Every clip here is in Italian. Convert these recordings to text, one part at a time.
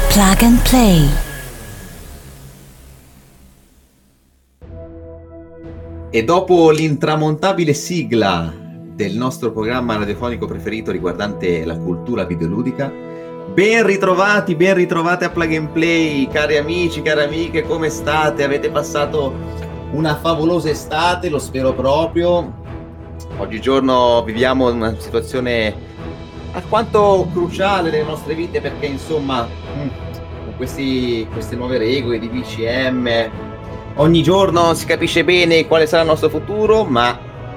Plug and Play. E dopo l'intramontabile sigla del nostro programma radiofonico preferito riguardante la cultura videoludica, ben ritrovati a Plug and Play, cari amici, cari amiche, come state? Avete passato una favolosa estate, lo spero proprio. Oggigiorno viviamo una situazione alquanto cruciale nelle nostre vite, perché insomma con queste nuove regole di BCM ogni giorno si capisce bene quale sarà il nostro futuro, ma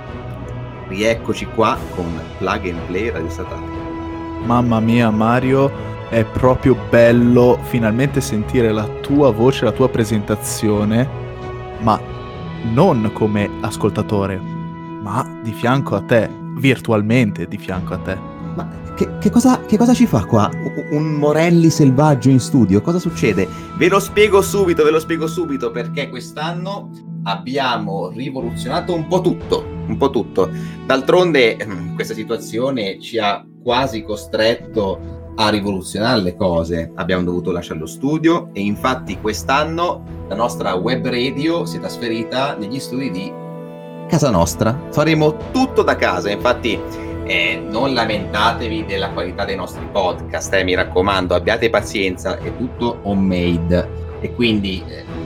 rieccoci qua con Plug and Play Radio Statale. Mamma mia Mario, è proprio bello finalmente sentire la tua voce, la tua presentazione, ma non come ascoltatore, ma di fianco a te, virtualmente di fianco a te. Ma che cosa ci fa qua? Un Morelli selvaggio in studio? Cosa succede? Ve lo spiego subito, perché quest'anno abbiamo rivoluzionato un po' tutto. D'altronde questa situazione ci ha quasi costretto a rivoluzionare le cose. Abbiamo dovuto lasciare lo studio e infatti quest'anno la nostra web radio si è trasferita negli studi di casa nostra. Faremo tutto da casa, infatti non lamentatevi della qualità dei nostri podcast, mi raccomando, abbiate pazienza, è tutto homemade e quindi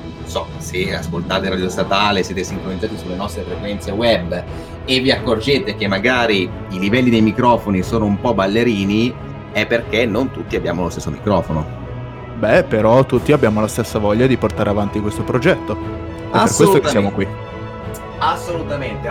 se ascoltate Radio Statale, siete sincronizzati sulle nostre frequenze web e vi accorgete che magari i livelli dei microfoni sono un po' ballerini, è perché non tutti abbiamo lo stesso microfono. Beh, però tutti abbiamo la stessa voglia di portare avanti questo progetto. È per questo che siamo qui. Assolutamente.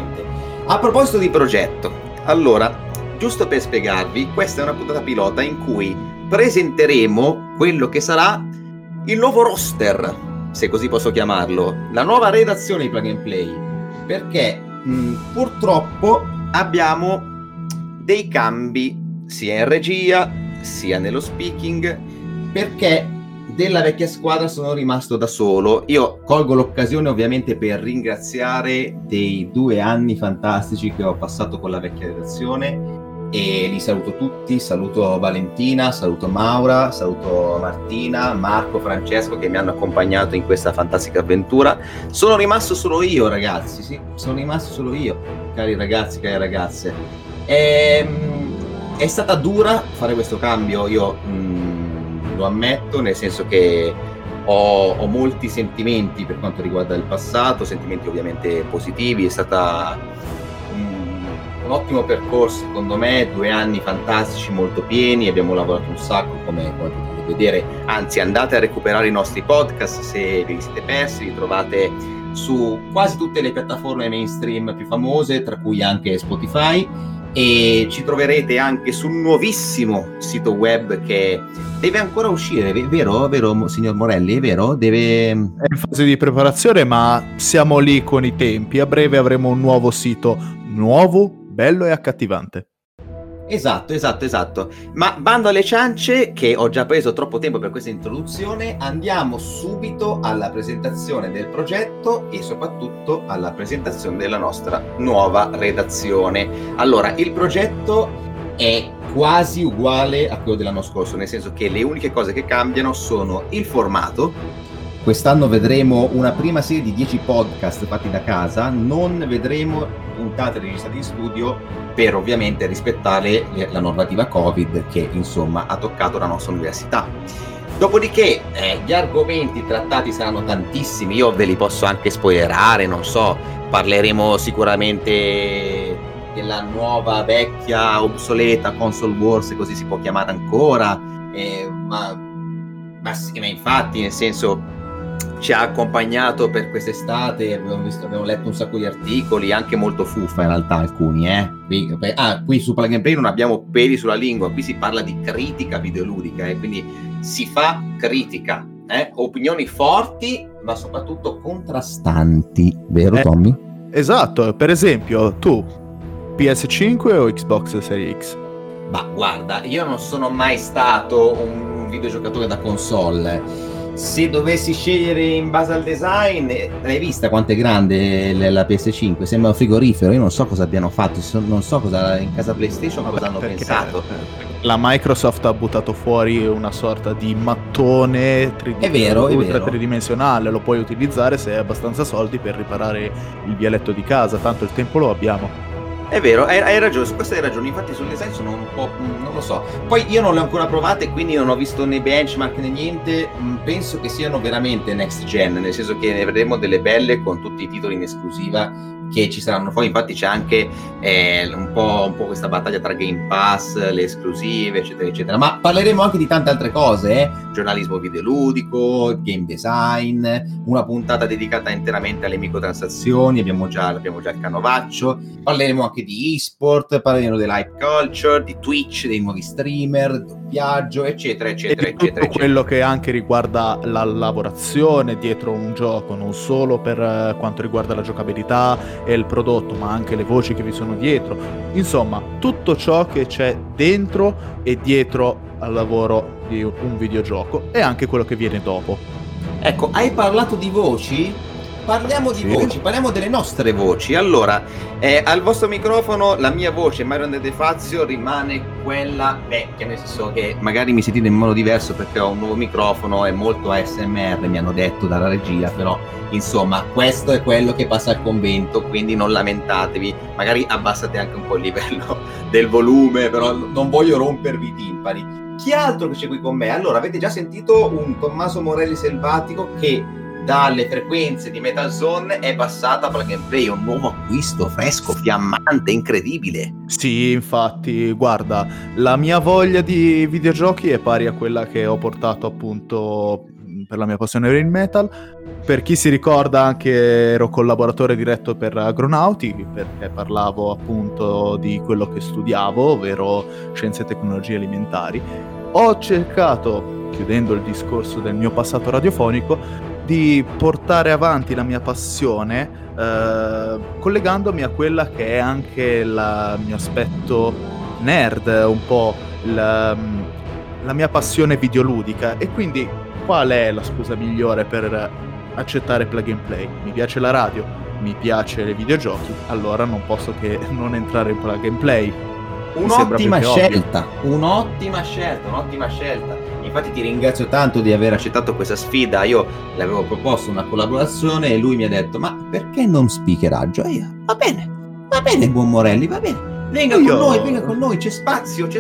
A proposito di progetto, allora, giusto per spiegarvi, questa è una puntata pilota in cui presenteremo quello che sarà il nuovo roster, se così posso chiamarlo, la nuova redazione di Plug and Play, perché purtroppo abbiamo dei cambi sia in regia sia nello speaking, perché della vecchia squadra sono rimasto da solo. Io colgo l'occasione ovviamente per ringraziare dei 2 anni fantastici che ho passato con la vecchia redazione e li saluto tutti, saluto Valentina, saluto Maura, saluto Martina, Marco, Francesco che mi hanno accompagnato in questa fantastica avventura. Sono rimasto solo io, ragazzi, sì, sono rimasto solo io, cari ragazzi, cari ragazze. È stata dura fare questo cambio, io lo ammetto, nel senso che ho molti sentimenti per quanto riguarda il passato, sentimenti ovviamente positivi. È stata un ottimo percorso secondo me, 2 anni fantastici, molto pieni, abbiamo lavorato un sacco come potete vedere, anzi andate a recuperare i nostri podcast se vi siete persi, li trovate su quasi tutte le piattaforme mainstream più famose, tra cui anche Spotify, e ci troverete anche sul nuovissimo sito web che deve ancora uscire, vero signor Morelli, è vero? È in fase di preparazione, ma siamo lì con i tempi. A breve avremo un nuovo sito, nuovo, bello e accattivante. Esatto. Ma bando alle ciance, che ho già preso troppo tempo per questa introduzione, andiamo subito alla presentazione del progetto e soprattutto alla presentazione della nostra nuova redazione. Allora, il progetto è quasi uguale a quello dell'anno scorso, nel senso che le uniche cose che cambiano sono il formato. Quest'anno vedremo una prima serie di 10 podcast fatti da casa, non vedremo puntate registrate in studio per ovviamente rispettare la normativa Covid che insomma ha toccato la nostra università. Dopodiché gli argomenti trattati saranno tantissimi, io ve li posso anche spoilerare, non so, parleremo sicuramente della nuova, vecchia, obsoleta Console Wars, se così si può chiamare ancora, ma infatti, nel senso, ci ha accompagnato per quest'estate, abbiamo letto un sacco di articoli, anche molto fuffa in realtà alcuni, qui su Plug and Play non abbiamo peli sulla lingua, qui si parla di critica videoludica, quindi si fa critica, opinioni forti ma soprattutto contrastanti, vero Tommy? Esatto, per esempio tu PS5 o Xbox Series X? Ma guarda, io non sono mai stato un videogiocatore da console. Se dovessi scegliere in base al design, l'hai vista quanto è grande la PS5? Sembra un frigorifero. Io non so cosa abbiano fatto, non so cosa in casa PlayStation cosa hanno pensato. La Microsoft ha buttato fuori una sorta di mattone ultra tridimensionale, lo puoi utilizzare se hai abbastanza soldi per riparare il vialetto di casa, tanto il tempo lo abbiamo. È vero, hai ragione, su queste hai ragione, infatti sul design sono un po', non lo so. Poi io non le ho ancora provate, quindi non ho visto né benchmark né niente, penso che siano veramente next gen, nel senso che ne avremo delle belle con tutti i titoli in esclusiva che ci saranno fuori. Infatti c'è anche un po' questa battaglia tra Game Pass, le esclusive, eccetera eccetera, ma parleremo anche di tante altre cose, giornalismo videoludico, game design, una puntata dedicata interamente alle microtransazioni, abbiamo già il canovaccio, parleremo anche di e-sport, parleremo dell'hype culture, di Twitch, dei nuovi streamer, doppiaggio, eccetera eccetera e di tutto quello che anche riguarda la lavorazione dietro un gioco, non solo per quanto riguarda la giocabilità e il prodotto, ma anche le voci che vi sono dietro, insomma tutto ciò che c'è dentro e dietro al lavoro di un videogioco e anche quello che viene dopo. Ecco, hai parlato di voci? Parliamo di voci, parliamo delle nostre voci. Allora, al vostro microfono la mia voce, Mario Andrea Fazio, rimane quella vecchia, nel senso che magari mi sentite in modo diverso perché ho un nuovo microfono, è molto ASMR, mi hanno detto dalla regia, però insomma questo è quello che passa al convento, quindi non lamentatevi, magari abbassate anche un po' il livello del volume, però non voglio rompervi i timpani. Chi altro che c'è qui con me? Allora, avete già sentito un Tommaso Morelli selvatico che dalle frequenze di Metal Zone è passata a Plug and Play, un nuovo acquisto fresco, fiammante, incredibile. Sì, infatti, guarda, la mia voglia di videogiochi è pari a quella che ho portato appunto per la mia passione per il metal. Per chi si ricorda, anche ero collaboratore diretto per Agronauti, perché parlavo appunto di quello che studiavo, ovvero scienze e tecnologie alimentari. Ho cercato, chiudendo il discorso del mio passato radiofonico, di portare avanti la mia passione collegandomi a quella che è anche il mio aspetto nerd, un po' la mia passione videoludica. E quindi qual è la scusa migliore per accettare Plug and Play? Mi piace la radio, mi piace i videogiochi, allora non posso che non entrare in Plug and Play. Un'ottima scelta. Infatti ti ringrazio tanto di aver accettato questa sfida. Io le avevo proposto una collaborazione e lui mi ha detto: ma perché non speakeraggio? E io, va bene buon Morelli, va bene, venga con noi, c'è spazio,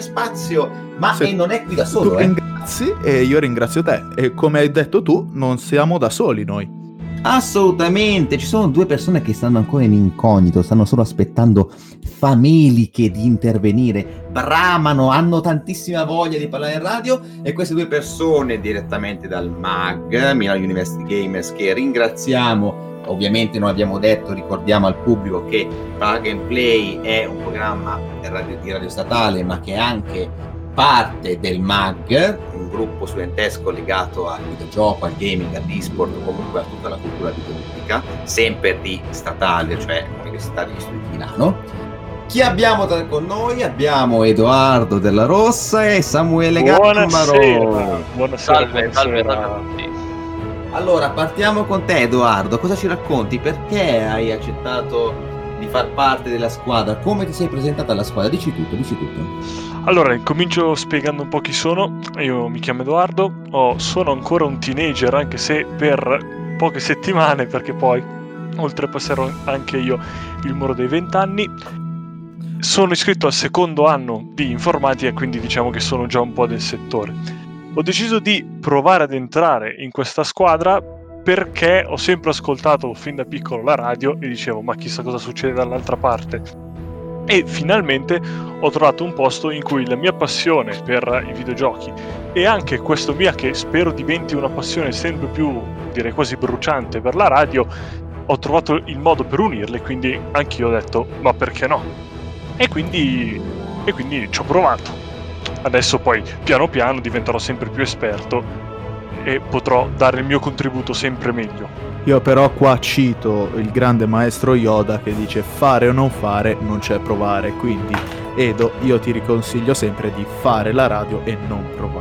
ma non è qui da solo. Tu ringrazi e io ringrazio te, e come hai detto tu non siamo da soli noi. Assolutamente, ci sono due persone che stanno ancora in incognito, stanno solo aspettando fameliche di intervenire, bramano, hanno tantissima voglia di parlare in radio, e queste due persone direttamente dal MAG, Milano University Gamers, che ringraziamo. Ovviamente noi abbiamo detto, ricordiamo al pubblico che Plug and Play è un programma di radio statale, ma che è anche parte del MAG, un gruppo studentesco legato al videogioco, al gaming, all'e-sport, comunque a tutta la cultura videoludica, sempre di statale, cioè l'Università degli Studi di Milano. Chi abbiamo con noi? Abbiamo Edoardo Della Rossa e Samuele Gambaro. Buonasera. Salve a tutti. Allora, partiamo con te, Edoardo. Cosa ci racconti? Perché hai accettato di far parte della squadra? Come ti sei presentata alla squadra? Dici tutto. Allora, incomincio spiegando un po' chi sono. Io mi chiamo Edoardo, sono ancora un teenager, anche se per poche settimane, perché poi oltrepasserò anche io il muro dei 20 anni. Sono iscritto al secondo anno di informatica, quindi diciamo che sono già un po' del settore. Ho deciso di provare ad entrare in questa squadra perché ho sempre ascoltato fin da piccolo la radio e dicevo: ma chissà cosa succede dall'altra parte. E finalmente ho trovato un posto in cui la mia passione per i videogiochi e anche questo mia, che spero diventi una passione sempre più, direi quasi bruciante, per la radio, ho trovato il modo per unirle, quindi anch'io ho detto: ma perché no? E quindi ci ho provato. Adesso poi piano piano diventerò sempre più esperto e potrò dare il mio contributo sempre meglio. Io però qua cito il grande maestro Yoda che dice: fare o non fare non c'è provare. Quindi Edo, io ti riconsiglio sempre di fare la radio e non provare.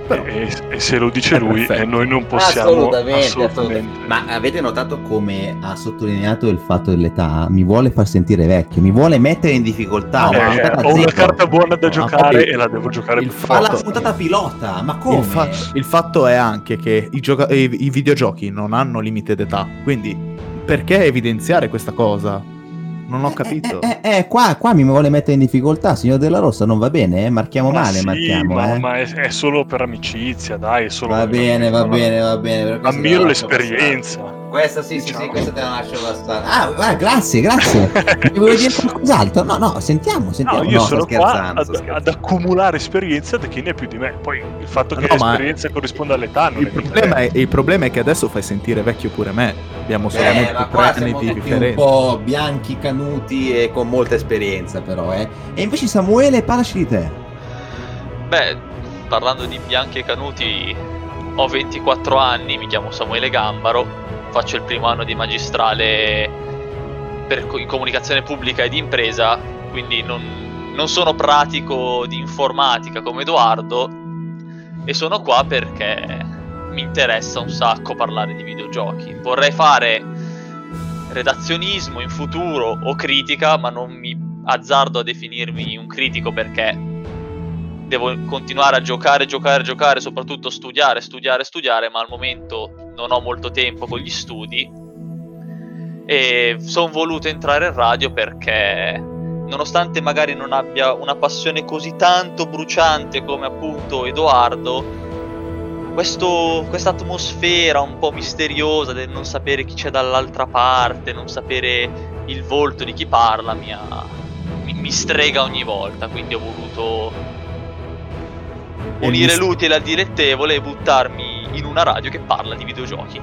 Però- e se lo dice lui perfetto. e noi non possiamo Assolutamente. Ma avete notato come ha sottolineato il fatto dell'età? Mi vuole far sentire vecchio, mi vuole mettere in difficoltà. No, ma ho una carta buona da Ma giocare poi e la devo giocare il per Fa la forza. puntata pilota, ma come? Il fatto è anche che i videogiochi non hanno limite d'età, quindi perché evidenziare questa cosa? Non ho capito. Qua mi vuole mettere in difficoltà, signor Della Rossa, non va bene? Marchiamo Ma male, sì, marchiamo, ma è solo per amicizia, dai, è solo Va bene, va bene, va bene. Per questo te Ammiro la lascio l'esperienza. passare. Questa sì, Diciamo. questa te la lascio passare. Ah, grazie. Mi vuoi dire qualcos'altro? No, sentiamo. No, io sto sono qua scherzando. ad accumulare esperienza da chi ne ha più di me. Poi il fatto che No, ma l'esperienza corrisponda all'età non il problema è che adesso fai sentire vecchio pure me. Abbiamo solamente Ma 3 qua anni siamo di tutti un differenza. po' bianchi, canuti e con molta esperienza però, E invece Samuele, parlaci di te. Beh, parlando di bianchi e canuti, ho 24 anni, mi chiamo Samuele Gambaro, faccio il primo anno di magistrale in comunicazione pubblica e di impresa, quindi non sono pratico di informatica come Edoardo, e sono qua perché mi interessa un sacco parlare di videogiochi. Vorrei fare redazionismo in futuro o critica, ma non mi azzardo a definirmi un critico perché devo continuare a giocare, soprattutto studiare, ma al momento non ho molto tempo con gli studi e sono voluto entrare in radio perché, nonostante magari non abbia una passione così tanto bruciante come appunto Edoardo, questa atmosfera un po' misteriosa del non sapere chi c'è dall'altra parte, non sapere il volto di chi parla mi strega ogni volta, quindi ho voluto unire l'utile al dilettevole e buttarmi in una radio che parla di videogiochi.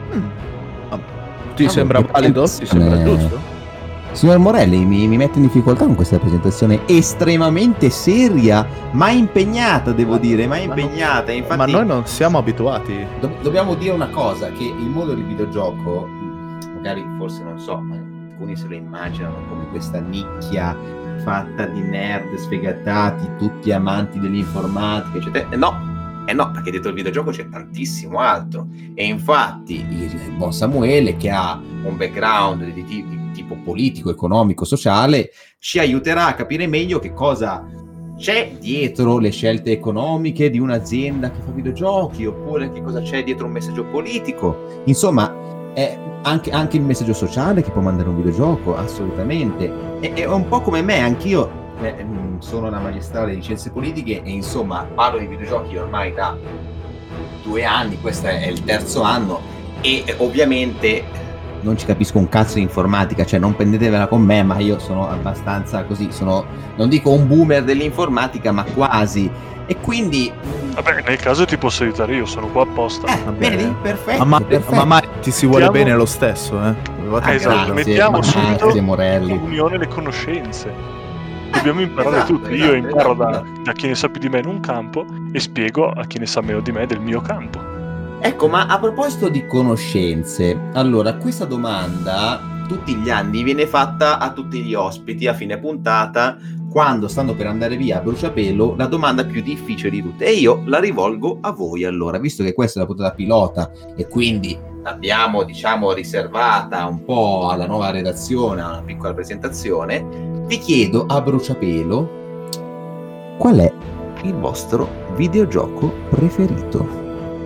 Ti sembra valido? Ti sembra giusto? Signor Morelli, mi mette in difficoltà con questa presentazione estremamente seria, ma impegnata, devo dire, ma impegnata. Infatti, Ma noi non siamo abituati. Dobbiamo dire una cosa, che il mondo del videogioco, magari forse non so, ma alcuni se lo immaginano come questa nicchia fatta di nerd sfegatati, tutti amanti dell'informatica, eccetera. No, perché dietro il videogioco c'è tantissimo altro. E infatti il buon Samuele, che ha un background di tipo politico, economico, sociale, ci aiuterà a capire meglio che cosa c'è dietro le scelte economiche di un'azienda che fa videogiochi, oppure che cosa c'è dietro un messaggio politico. Insomma, è anche il messaggio sociale che può mandare un videogioco, assolutamente. È un po' come me, anch'io sono una magistrale di scienze politiche e insomma parlo di videogiochi ormai da 2 anni, questo è il 3° anno, e ovviamente non ci capisco un cazzo di informatica, cioè non prendetevela con me, ma io sono abbastanza così, non dico un boomer dell'informatica, ma quasi, e quindi vabbè, nel caso ti posso aiutare io, sono qua apposta. vedi? Perfetto, ma ti si vuole bene lo stesso, Esatto, mettiamo subito grazie, Morelli. in unione le conoscenze. Dobbiamo imparare tutti. Io imparo da chi ne sa più di me in un campo e spiego a chi ne sa meno di me del mio campo. Ecco, ma a proposito di conoscenze, allora questa domanda tutti gli anni viene fatta a tutti gli ospiti a fine puntata, quando stanno per andare via a bruciapelo, la domanda più difficile di tutte, e io la rivolgo a voi. Allora, visto che questa è la puntata pilota e quindi l'abbiamo, diciamo, riservata un po' alla nuova redazione, a una piccola presentazione, vi chiedo a bruciapelo qual è il vostro videogioco preferito.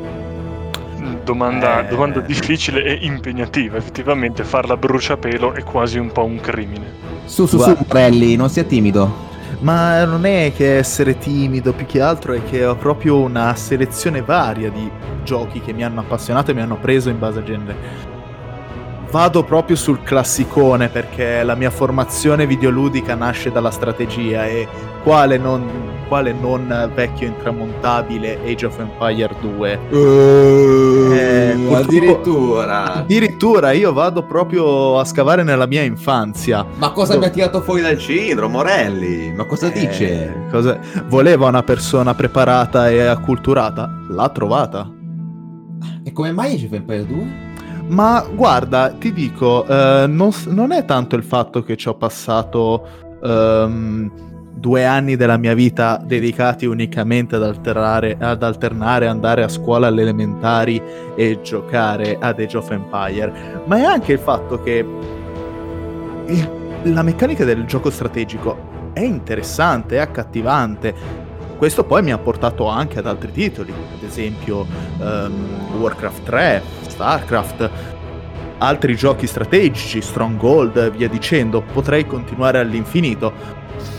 Domanda difficile e impegnativa. Effettivamente farla a bruciapelo è quasi un po' un crimine. Su Morelli, non sia timido. Ma non è che essere timido, più che altro è che ho proprio una selezione varia di giochi che mi hanno appassionato e mi hanno preso in base a genere. Vado proprio sul classicone perché la mia formazione videoludica nasce dalla strategia, e quale non vecchio intramontabile Age of Empire 2. Addirittura io vado proprio a scavare nella mia infanzia. Ma cosa mi ha tirato fuori dal cilindro, Morelli? Ma cosa dice? Voleva una persona preparata e acculturata? L'ha trovata. E come mai Age of Empire 2? Ma guarda, ti dico, non è tanto il fatto che ci ho passato 2 anni della mia vita dedicati unicamente ad alternare, andare a scuola alle elementari e giocare ad Age of Empire, ma è anche il fatto che la meccanica del gioco strategico è interessante, è accattivante. Questo poi mi ha portato anche ad altri titoli, ad esempio Warcraft 3, Starcraft, altri giochi strategici, Stronghold, via dicendo. Potrei continuare all'infinito.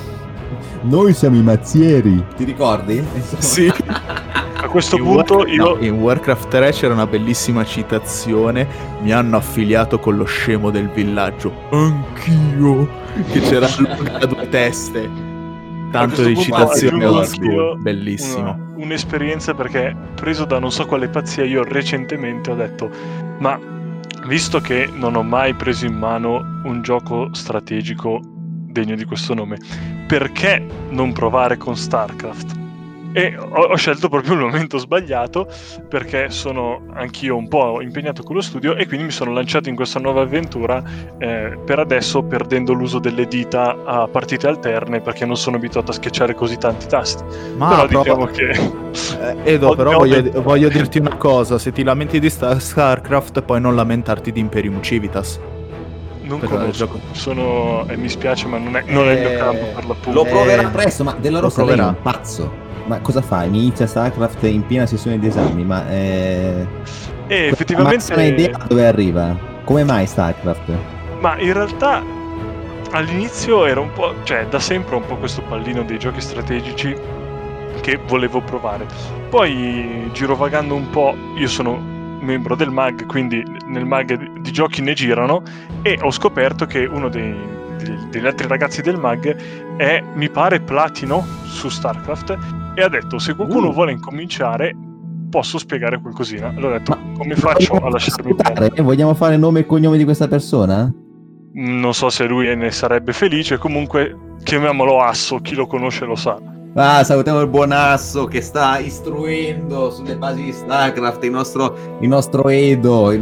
Noi siamo i mazzieri, ti ricordi? Sì. A questo punto in Warcraft 3 c'era una bellissima citazione: mi hanno affiliato con lo scemo del villaggio. Anch'io. Che c'era a 2 teste. Tanto di citazione old school. Bellissimo. Un'esperienza, perché preso da non so quale pazzia, io recentemente ho detto: ma visto che non ho mai preso in mano un gioco strategico degno di questo nome, perché non provare con Starcraft? E ho scelto proprio il momento sbagliato, perché sono anch'io un po' impegnato con lo studio e quindi mi sono lanciato in questa nuova avventura, per adesso perdendo l'uso delle dita a partite alterne, perché non sono abituato a schiacciare così tanti tasti. Ma però diciamo che Edo, però voglio dirti una cosa: se ti lamenti di Starcraft, poi non lamentarti di Imperium Civitas. non conosco, mi spiace, ma non è il mio campo, per l'appunto. Lo proverà presto, ma della Rossa lei è un pazzo. Ma cosa fa? Inizia Starcraft in piena sessione di esami, ma effettivamente ma hai idea dove arriva? Come mai Starcraft? Ma in realtà all'inizio era un po', cioè da sempre un po' questo pallino dei giochi strategici che volevo provare. Poi girovagando un po', io sono membro del MAG, quindi nel MAG di giochi ne girano, e ho scoperto che uno degli altri ragazzi del MAG è, mi pare, platino su Starcraft, e ha detto: se qualcuno vuole incominciare posso spiegare qualcosina. Allora ho detto: come faccio a lasciarmi perdere? Vogliamo fare nome e cognome di questa persona? Non so se lui ne sarebbe felice, comunque chiamiamolo Asso, chi lo conosce lo sa. Ah, salutiamo il buon Asso che sta istruendo sulle basi di Starcraft il nostro Edo.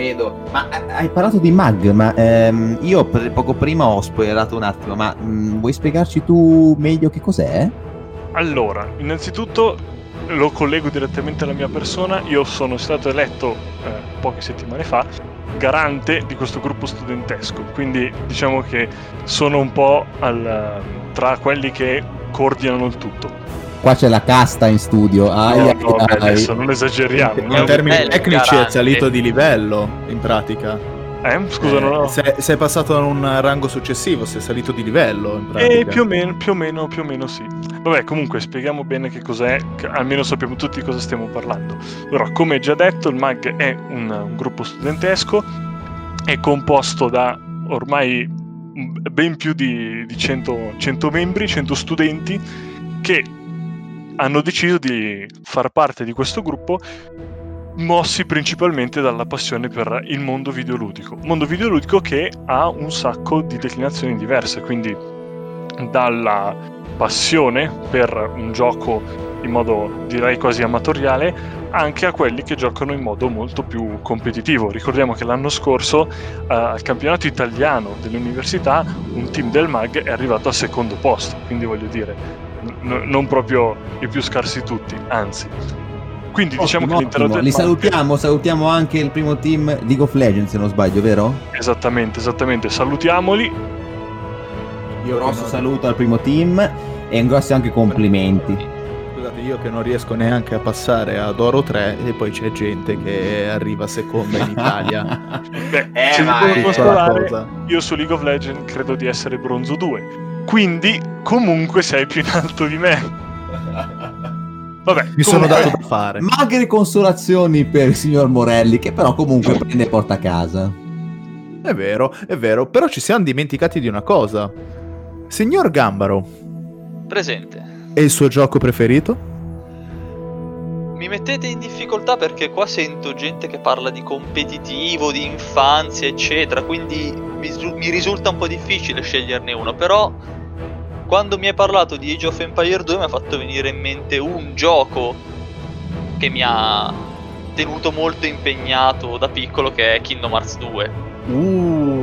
Ma hai parlato di MAG, ma io poco prima ho spoilerato un attimo, ma vuoi spiegarci tu meglio che cos'è? Allora, innanzitutto lo collego direttamente alla mia persona. Io sono stato eletto poche settimane fa garante di questo gruppo studentesco, quindi diciamo che sono un po' tra quelli che coordinano il tutto. Qua c'è la casta in studio. Adesso non esageriamo. In termini tecnici è salito di livello, in pratica. Scusa, non ho... sei passato a un rango successivo, sei salito di livello, in pratica. Più o meno sì. Vabbè, comunque spieghiamo bene che cos'è, che almeno sappiamo tutti di cosa stiamo parlando. Allora, come già detto, il MAG è un gruppo studentesco, è composto da ormai ben più di 100 membri, 100 studenti, che hanno deciso di far parte di questo gruppo, mossi principalmente dalla passione per il mondo videoludico che ha un sacco di declinazioni diverse, quindi dalla passione per un gioco in modo, direi, quasi amatoriale, anche a quelli che giocano in modo molto più competitivo. Ricordiamo che l'anno scorso al campionato italiano delle università un team del MAG è arrivato al secondo posto, quindi voglio dire, non proprio i più scarsi tutti, anzi. Quindi diciamo che l'intero li salutiamo anche il primo team League of Legends, se non sbaglio, vero? Esattamente, salutiamoli. Io grosso saluto al primo team e un grosso anche complimenti. Scusate, io che non riesco neanche a passare ad Oro 3 e poi c'è gente che arriva seconda in Italia. Se devo dimostrare, io su League of Legends credo di essere bronzo 2, quindi comunque sei più in alto di me. Vabbè, mi sono dato da fare. Magre consolazioni per il signor Morelli, che però comunque prende e porta a casa. È vero, però ci siamo dimenticati di una cosa. Signor Gambaro. Presente. E il suo gioco preferito? Mi mettete in difficoltà perché qua sento gente che parla di competitivo, di infanzia, eccetera, quindi mi risulta un po' difficile sceglierne uno, però quando mi hai parlato di Age of Empire 2 mi ha fatto venire in mente un gioco che mi ha tenuto molto impegnato da piccolo, che è Kingdom Hearts 2.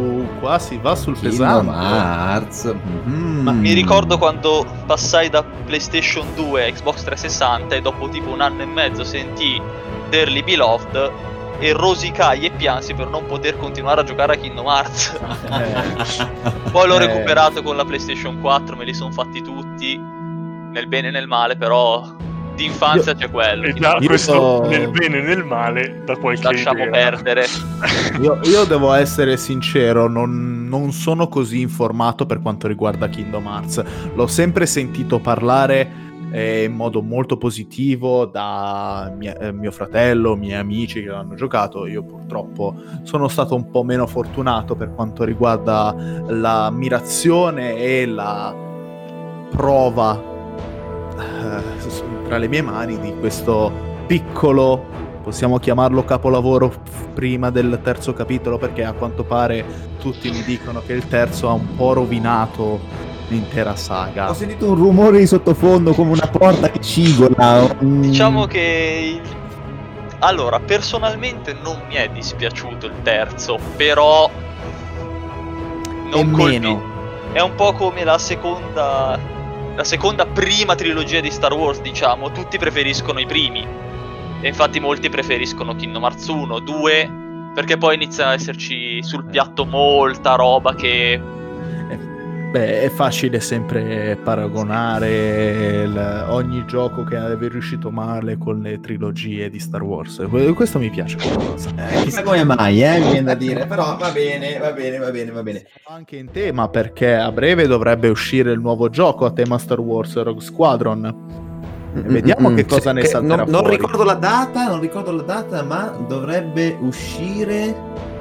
qua si va sul Kingdom pesante. Hearts. Ma mi ricordo quando passai da PlayStation 2 a Xbox 360 e dopo tipo un anno e mezzo sentii Dearly Beloved e rosicai e piansi per non poter continuare a giocare a Kingdom Hearts. Poi l'ho recuperato con la PlayStation 4, me li sono fatti tutti, nel bene e nel male, però di infanzia c'è quello. E da questo nel bene e nel male da qualche Lasciamo idea. perdere. Io devo essere sincero, non sono così informato per quanto riguarda Kingdom Hearts. L'ho sempre sentito parlare in modo molto positivo da mio fratello, miei amici che l'hanno giocato. Io purtroppo sono stato un po' meno fortunato per quanto riguarda l'ammirazione e la prova tra le mie mani di questo piccolo, possiamo chiamarlo capolavoro prima del terzo capitolo, perché a quanto pare tutti mi dicono che il terzo ha un po' rovinato l'intera saga. Ho sentito un rumore di sottofondo come una porta che cigola. Diciamo che allora, personalmente non mi è dispiaciuto il terzo, però non colpì. È un po' come la seconda prima trilogia di Star Wars, diciamo. Tutti preferiscono i primi e infatti molti preferiscono Kingdom Hearts 1, 2, perché poi inizia a esserci sul piatto molta roba che... Beh, è facile sempre paragonare ogni gioco che è riuscito male con le trilogie di Star Wars. Questo mi piace qualcosa. Chissà come mai, mi viene da dire, però va bene. Anche in tema, perché a breve dovrebbe uscire il nuovo gioco a tema Star Wars, Rogue Squadron. Vediamo che cosa ne salterà non fuori. ricordo la data, ma dovrebbe uscire...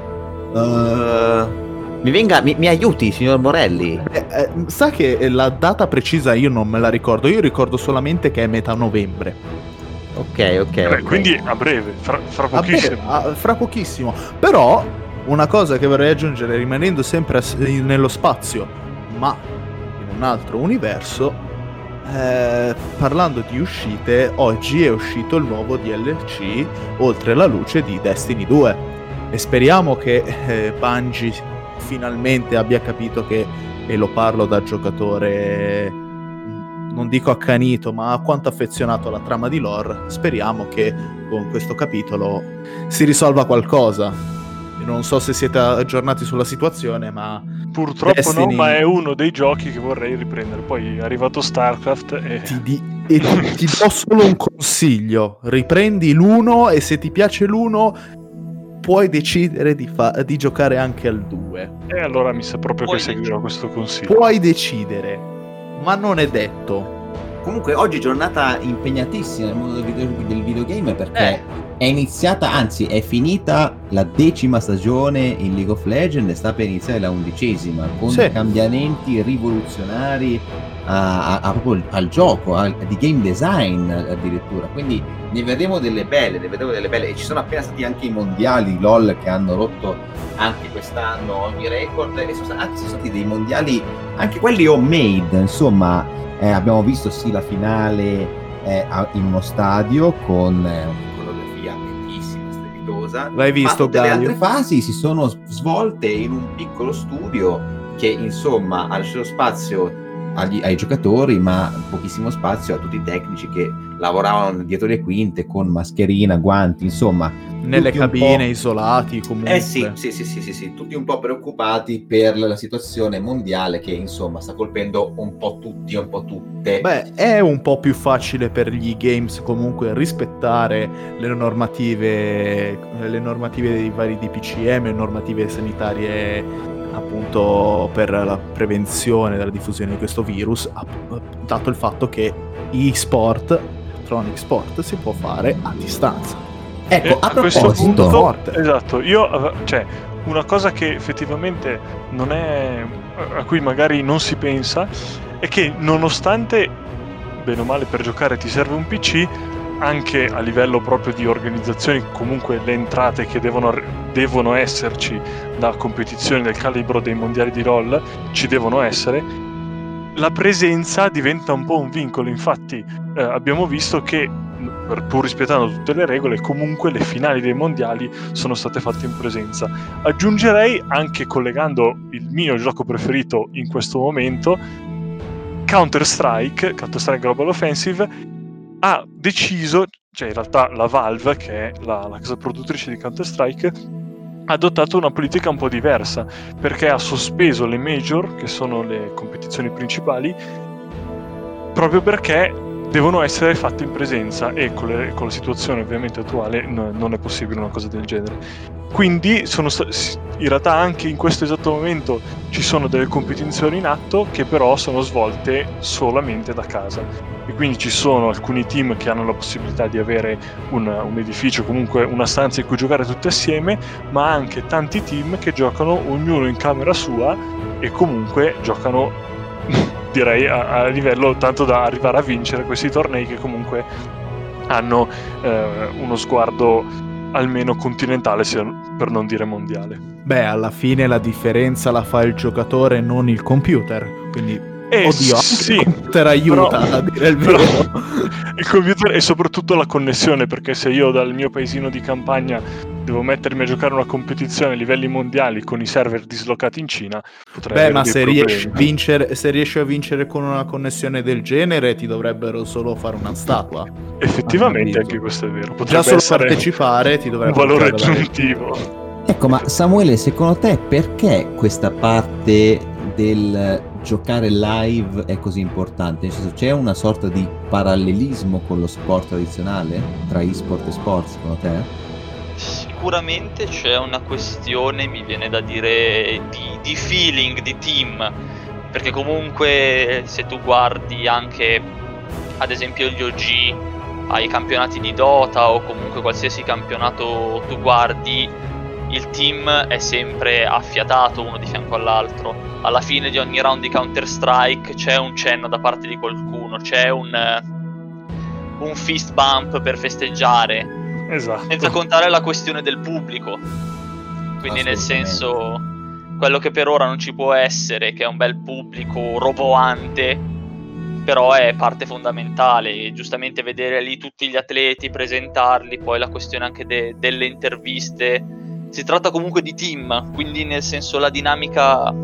Mi aiuti, signor Morelli? Sa che la data precisa io non me la ricordo, io ricordo solamente che è metà novembre. Ok. Quindi a breve, fra pochissimo. Fra pochissimo. Però una cosa che vorrei aggiungere, rimanendo sempre nello spazio, ma in un altro universo, parlando di uscite, oggi è uscito il nuovo DLC Oltre la luce di Destiny 2 e speriamo che Bungie finalmente abbia capito che, e lo parlo da giocatore non dico accanito ma quanto affezionato alla trama di lore, speriamo che con questo capitolo si risolva qualcosa. Io non so se siete aggiornati sulla situazione, ma purtroppo Destiny... no, ma è uno dei giochi che vorrei riprendere. Poi è arrivato StarCraft e ti do solo un consiglio: riprendi l'1 e se ti piace l'1 puoi decidere di giocare anche al 2. E allora mi sa proprio che seguirò questo consiglio. Puoi decidere, ma non è detto. Comunque oggi giornata impegnatissima nel mondo del videogame, perché è iniziata, anzi è finita la 10ª stagione in League of Legends e sta per iniziare la 11ª con cambiamenti rivoluzionari proprio al gioco, di game design addirittura, quindi ne vedremo delle belle e ci sono appena stati anche i mondiali LOL che hanno rotto anche quest'anno ogni record e sono stati dei mondiali anche quelli homemade, insomma. Abbiamo visto la finale in uno stadio con una coreografia bellissima, strepitosa. L'hai visto, ma tutte Galio? le altre fasi si sono svolte in un piccolo studio che insomma ha lasciato spazio ai giocatori ma pochissimo spazio a tutti i tecnici che lavoravano dietro le quinte con mascherina, guanti, insomma nelle cabine isolati comunque. Sì, tutti un po' preoccupati per la situazione mondiale che insomma sta colpendo un po' tutti, un po' tutte. Beh, è un po' più facile per gli games comunque rispettare le normative dei vari DPCM, le normative sanitarie appunto per la prevenzione della diffusione di questo virus, dato il fatto che Electronic Sport si può fare a distanza. Ecco, a questo proposito, punto, esatto, una cosa che effettivamente non è, a cui magari non si pensa, è che nonostante bene o male per giocare ti serve un PC, anche a livello proprio di organizzazioni, comunque le entrate che devono esserci da competizioni del calibro dei mondiali di LoL ci devono essere, la presenza diventa un po' un vincolo. Infatti abbiamo visto che pur rispettando tutte le regole, comunque le finali dei mondiali sono state fatte in presenza. Aggiungerei, anche collegando il mio gioco preferito in questo momento, Counter-Strike Global Offensive ha deciso, cioè in realtà la Valve, che è la casa produttrice di Counter-Strike, ha adottato una politica un po' diversa, perché ha sospeso le major, che sono le competizioni principali, proprio perché devono essere fatte in presenza, e con la situazione ovviamente attuale non è possibile una cosa del genere. Quindi in realtà anche in questo esatto momento ci sono delle competizioni in atto che però sono svolte solamente da casa, e quindi ci sono alcuni team che hanno la possibilità di avere un edificio, comunque una stanza in cui giocare tutti assieme, ma anche tanti team che giocano ognuno in camera sua e comunque giocano direi a livello tanto da arrivare a vincere questi tornei, che comunque hanno uno sguardo almeno continentale, per non dire mondiale. Beh, alla fine la differenza la fa il giocatore, non il computer, quindi oddio, sì, il computer aiuta, a dire il vero. Il computer e soprattutto la connessione, perché se io dal mio paesino di campagna devo mettermi a giocare una competizione a livelli mondiali con i server dislocati in Cina, potrei avere dei problemi. Se riesci a vincere con una connessione del genere, ti dovrebbero solo fare una statua. Effettivamente anche questo è vero. Potrebbe già solo essere partecipare ti dovrebbe un valore aggiuntivo. Ecco, ma Samuele, secondo te perché questa parte del giocare live è così importante? Nel senso, c'è una sorta di parallelismo con lo sport tradizionale tra e-sport e sport, secondo te? Sicuramente c'è una questione, mi viene da dire, di feeling, di team, perché comunque se tu guardi anche ad esempio gli OG ai campionati di Dota o comunque qualsiasi campionato tu guardi, il team è sempre affiatato uno di fianco all'altro. Alla fine di ogni round di Counter-Strike c'è un cenno da parte di qualcuno, c'è un fist bump per festeggiare. Esatto. Senza contare la questione del pubblico. Quindi nel senso, quello che per ora non ci può essere, che è un bel pubblico roboante, però è parte fondamentale. E giustamente vedere lì tutti gli atleti, presentarli, poi la questione anche delle interviste. Si tratta comunque di team, quindi nel senso la dinamica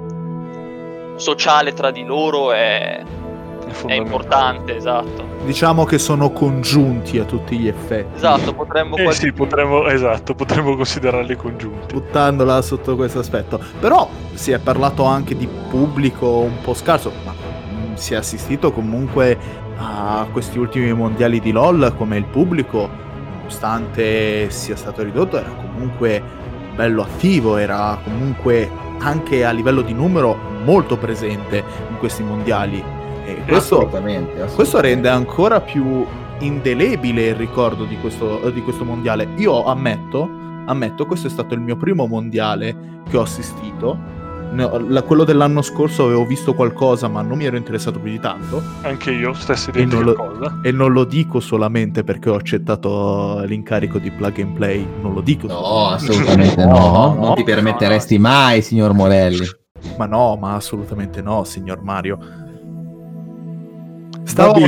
sociale tra di loro è importante, esatto. Diciamo che sono congiunti a tutti gli effetti. Esatto, potremmo potremmo considerarli congiunti. Buttandola sotto questo aspetto. Però si è parlato anche di pubblico un po' scarso, ma si è assistito comunque a questi ultimi mondiali di LoL, come il pubblico, nonostante sia stato ridotto, era comunque bello attivo, era comunque anche a livello di numero molto presente in questi mondiali. E questo rende ancora più indelebile il ricordo di questo mondiale. Io ammetto, questo è stato il mio primo mondiale che ho assistito. Quello dell'anno scorso avevo visto qualcosa, ma non mi ero interessato più di tanto. Anche io, stessa identica cosa. E non lo dico solamente perché ho accettato l'incarico di plug and play. Non lo dico. No, assolutamente no. Non ti permetteresti mai, signor Morelli. Ma no, ma assolutamente no, signor Mario. Stavamo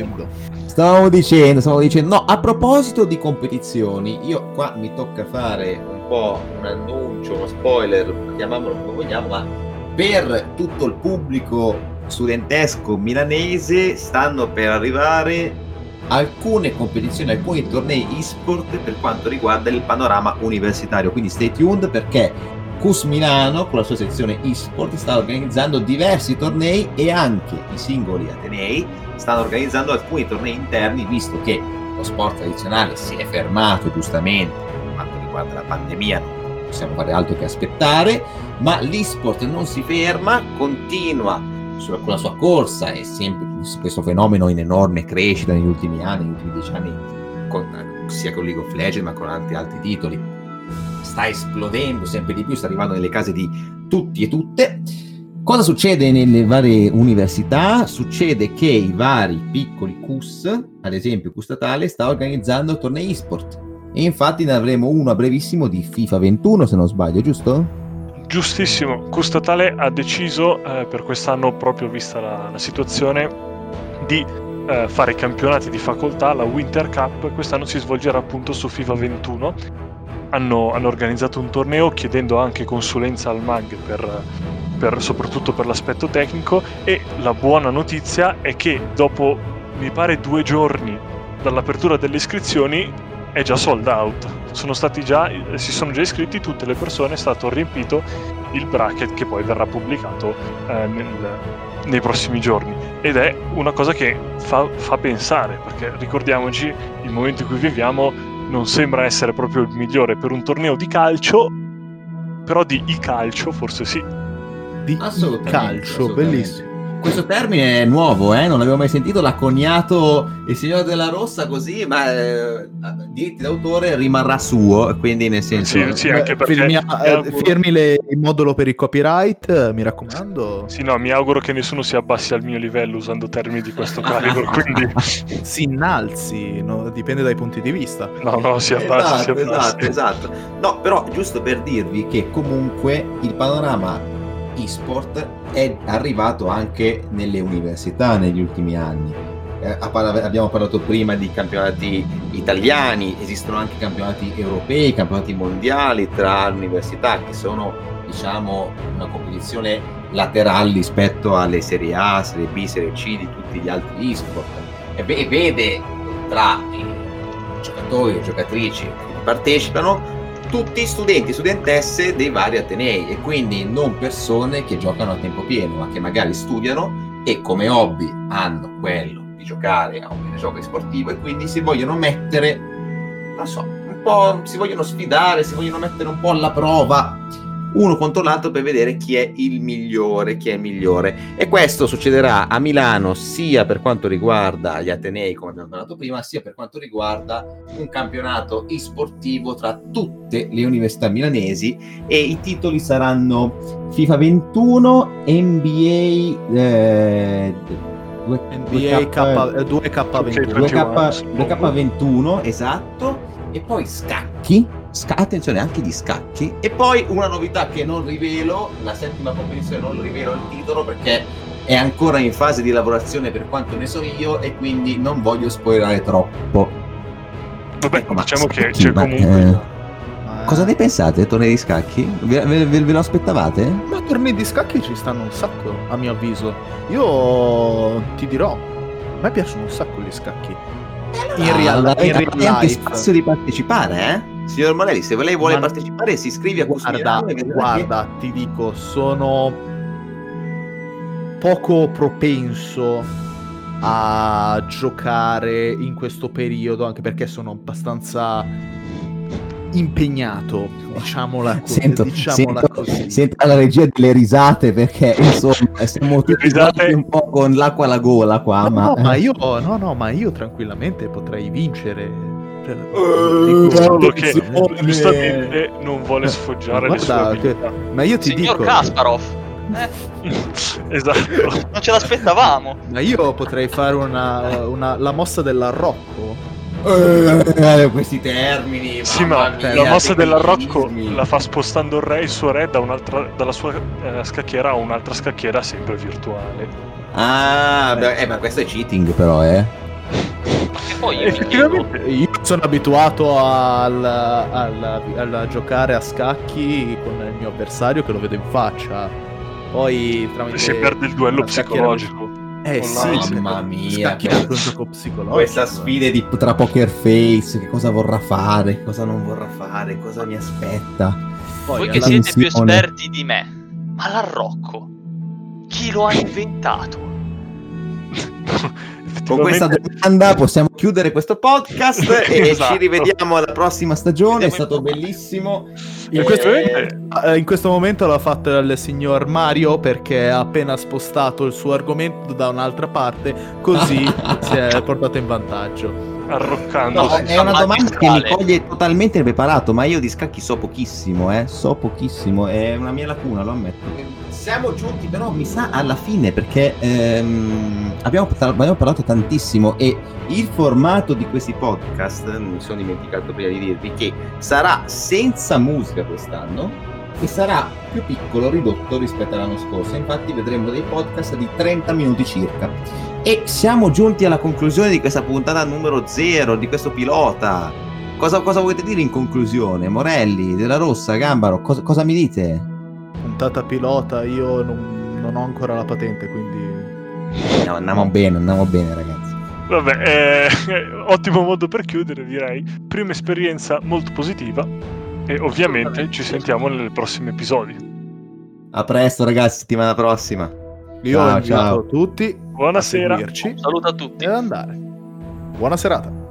dicendo, no, a proposito di competizioni, io qua mi tocca fare un po' un annuncio, uno spoiler, chiamiamolo come vogliamo, ma per tutto il pubblico studentesco milanese stanno per arrivare alcune competizioni, alcuni tornei e-sport per quanto riguarda il panorama universitario, quindi stay tuned perché CUS Milano con la sua sezione e-sport sta organizzando diversi tornei e anche i singoli atenei stanno organizzando alcuni tornei interni, visto che lo sport tradizionale si è fermato giustamente per quanto riguarda la pandemia, non possiamo fare altro che aspettare, ma l'e-sport non si ferma, continua con la sua corsa e sempre questo fenomeno in enorme crescita negli ultimi anni, negli ultimi 10 anni, sia con League of Legends ma con altri titoli, sta esplodendo sempre di più, sta arrivando nelle case di tutti e tutte. Cosa succede nelle varie università? Succede che i vari piccoli CUS, ad esempio CUS Statale, sta organizzando tornei e-sport e infatti ne avremo uno a brevissimo di FIFA 21 se non sbaglio, giusto? Giustissimo, CUS Statale ha deciso per quest'anno, proprio vista la situazione, di fare i campionati di facoltà, la Winter Cup. Quest'anno si svolgerà appunto su FIFA 21. Hanno organizzato un torneo chiedendo anche consulenza al MAG soprattutto per l'aspetto tecnico, e la buona notizia è che dopo, mi pare, 2 giorni dall'apertura delle iscrizioni è già sold out. Si sono già iscritti tutte le persone, è stato riempito il bracket che poi verrà pubblicato nei prossimi giorni, ed è una cosa che fa pensare, perché ricordiamoci, il momento in cui viviamo non sembra essere proprio il migliore per un torneo di calcio, però di calcio forse sì. Di calcio, bellissimo. Questo termine è nuovo, non l'avevo mai sentito, l'ha coniato il signor Della Rossa così, ma diritti d'autore rimarrà suo, quindi nel senso... Sì, anche perché firmi il modulo per il copyright, mi raccomando. Sì, no, mi auguro che nessuno si abbassi al mio livello usando termini di questo calibro, quindi... Si innalzi, no? Dipende dai punti di vista. No, si abbassi. Esatto. No, però giusto per dirvi che comunque il panorama e-sport è arrivato anche nelle università negli ultimi anni. Abbiamo parlato prima di campionati italiani, esistono anche campionati europei, campionati mondiali tra università, che sono, diciamo, una competizione laterale rispetto alle Serie A, Serie B, Serie C di tutti gli altri e-sport, e vede tra i giocatori e giocatrici che partecipano tutti studenti, studentesse dei vari atenei, e quindi non persone che giocano a tempo pieno, ma che magari studiano e come hobby hanno quello di giocare a un videogioco sportivo, e quindi si vogliono mettere, non so, un po', si vogliono sfidare, si vogliono mettere un po' alla prova uno contro l'altro per vedere chi è il migliore, e questo succederà a Milano sia per quanto riguarda gli atenei, come abbiamo parlato prima, sia per quanto riguarda un campionato e-sportivo tra tutte le università milanesi, e i titoli saranno FIFA 21, NBA 2K21, esatto, e poi scacchi, attenzione, anche di scacchi, e poi una novità che non rivelo, la 7ª competizione non rivelo il titolo perché è ancora in fase di lavorazione per quanto ne so io, e quindi non voglio spoilerare troppo. Vabbè, diciamo che c'è comunque... Cosa ne pensate, tornei di scacchi? Ve lo aspettavate? Ma tornei di scacchi ci stanno un sacco, a mio avviso. Io ti dirò, a me piacciono un sacco gli scacchi. In real anche spazio di partecipare, Signor Morelli, se lei vuole partecipare si iscrivi a guarda, ti dico, sono poco propenso a giocare in questo periodo, anche perché sono abbastanza impegnato, diciamola così. Sento la regia delle risate, perché insomma siamo tutti un po' con l'acqua alla gola qua. Ma io tranquillamente potrei vincere. Solo che giustamente non vuole sfoggiare le sue abilità. Ma io ti Signor dico, Kasparov. Esatto. Non ce l'aspettavamo. Ma io potrei fare la mossa dell'arrocco. Questi termini. Sì, ma la mossa dell'arrocco la fa spostando il suo re dalla sua scacchiera a un'altra scacchiera sempre virtuale. Ma questo è cheating, però, E poi effettivamente io sono abituato a giocare a scacchi con il mio avversario che lo vedo in faccia. Poi si perde il duello psicologico. Sì, mamma mia, è un gioco psicologico. Questa sfida tra Poker Face, che cosa vorrà fare, cosa non vorrà fare, cosa mi aspetta. Voi che siete più esperti di me, ma l'arrocco chi lo ha inventato? Con questa domanda possiamo chiudere questo podcast e esatto. Ci rivediamo alla prossima stagione. È stato bellissimo. In questo momento l'ha fatto il signor Mario, perché ha appena spostato il suo argomento da un'altra parte, così si è portato in vantaggio. Arroccando. No, è una domanda che mi coglie totalmente impreparato, ma io di scacchi so pochissimo, è una mia lacuna, lo ammetto. Siamo giunti però, mi sa, alla fine, perché abbiamo parlato tantissimo, e il formato di questi podcast, mi sono dimenticato prima di dirvi che sarà senza musica quest'anno e sarà più piccolo, ridotto rispetto all'anno scorso. Infatti vedremo dei podcast di 30 minuti circa. E siamo giunti alla conclusione di questa puntata numero 0 di questo pilota. Cosa volete dire in conclusione? Morelli, Della Rossa, Gambaro, cosa mi dite? Puntata pilota, io non ho ancora la patente, quindi... No, andiamo bene ragazzi. Vabbè, ottimo modo per chiudere, direi. Prima esperienza molto positiva e ovviamente ci sentiamo nei prossimi episodi. A presto ragazzi, settimana prossima. Io invito tutti Buonasera. a seguirci Saluto a tutti. e ad andare. Buona serata.